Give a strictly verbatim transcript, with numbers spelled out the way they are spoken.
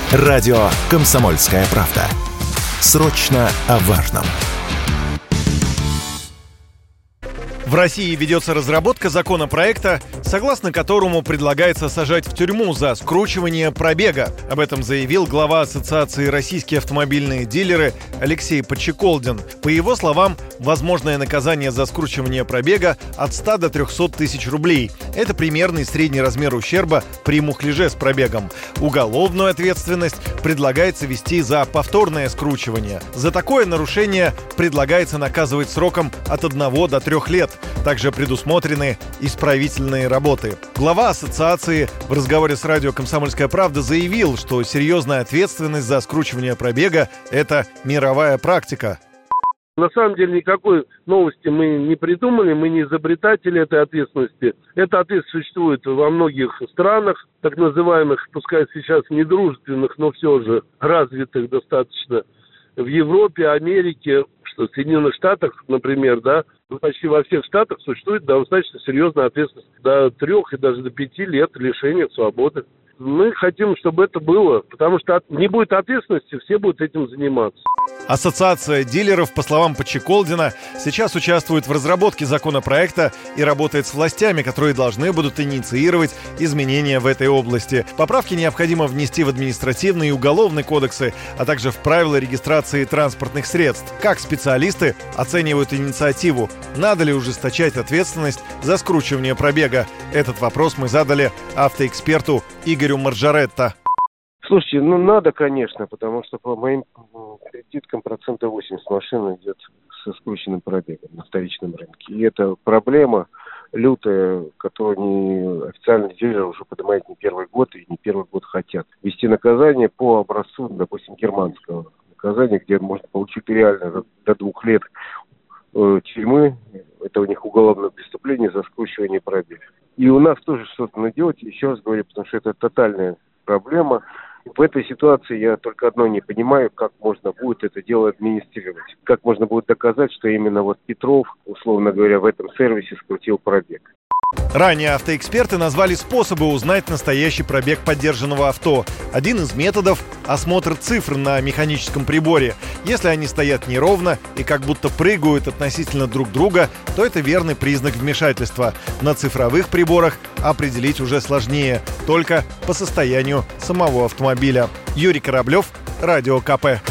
Радио «Комсомольская правда». Срочно о важном. В России ведется разработка законопроекта, согласно которому предлагается сажать в тюрьму за скручивание пробега. Об этом заявил глава Ассоциации «Российские автомобильные дилеры» Алексей Подчеколдин. По его словам, возможное наказание за скручивание пробега от ста до трехсот тысяч рублей. Это примерный средний размер ущерба при мухляже с пробегом. Уголовную ответственность предлагается вести за повторное скручивание. За такое нарушение предлагается наказывать сроком от одного до трех лет. Также предусмотрены исправительные работы. Глава ассоциации в разговоре с радио «Комсомольская правда» заявил, что серьезная ответственность за скручивание пробега – это мировая практика. На самом деле никакой новости мы не придумали, мы не изобретатели этой ответственности. Эта ответственность существует во многих странах, так называемых, пускай сейчас недружественных, но все же развитых достаточно. В Европе, Америке, что в Соединенных Штатах, например, да, почти во всех штатах существует достаточно серьезная ответственность до трех и даже до пяти лет лишения свободы. Мы хотим, чтобы это было, потому что не будет ответственности, все будут этим заниматься. Ассоциация дилеров, по словам Подчеколдина, сейчас участвует в разработке законопроекта и работает с властями, которые должны будут инициировать изменения в этой области. Поправки необходимо внести в административный и уголовный кодексы, а также в правила регистрации транспортных средств. Как специалисты оценивают инициативу? Надо ли ужесточать ответственность за скручивание пробега? Этот вопрос мы задали автоэксперту Игорю Маржаретто. Слушайте, ну надо, конечно, потому что по моим прикидкам процентов восемьдесят машин идет со скрученным пробегом на вторичном рынке. И это проблема лютая, которую не официальные дилеры уже поднимают не первый год и не первый год хотят. Ввести наказание по образцу, допустим, германского наказания, где можно получить реально до двух лет э, тюрьмы. Это у них уголовное преступление за скручивание пробега. И у нас тоже что-то надо делать, еще раз говорю, потому что это тотальная проблема. В этой ситуации я только одно не понимаю, как можно будет это дело администрировать. Как можно будет доказать, что именно вот Петров, условно говоря, в этом сервисе скрутил пробег. Ранее автоэксперты назвали способы узнать настоящий пробег подержанного авто. Один из методов – осмотр цифр на механическом приборе. Если они стоят неровно и как будто прыгают относительно друг друга, то это верный признак вмешательства. На цифровых приборах определить уже сложнее, только по состоянию самого автомобиля. Юрий Кораблев, Радио КП.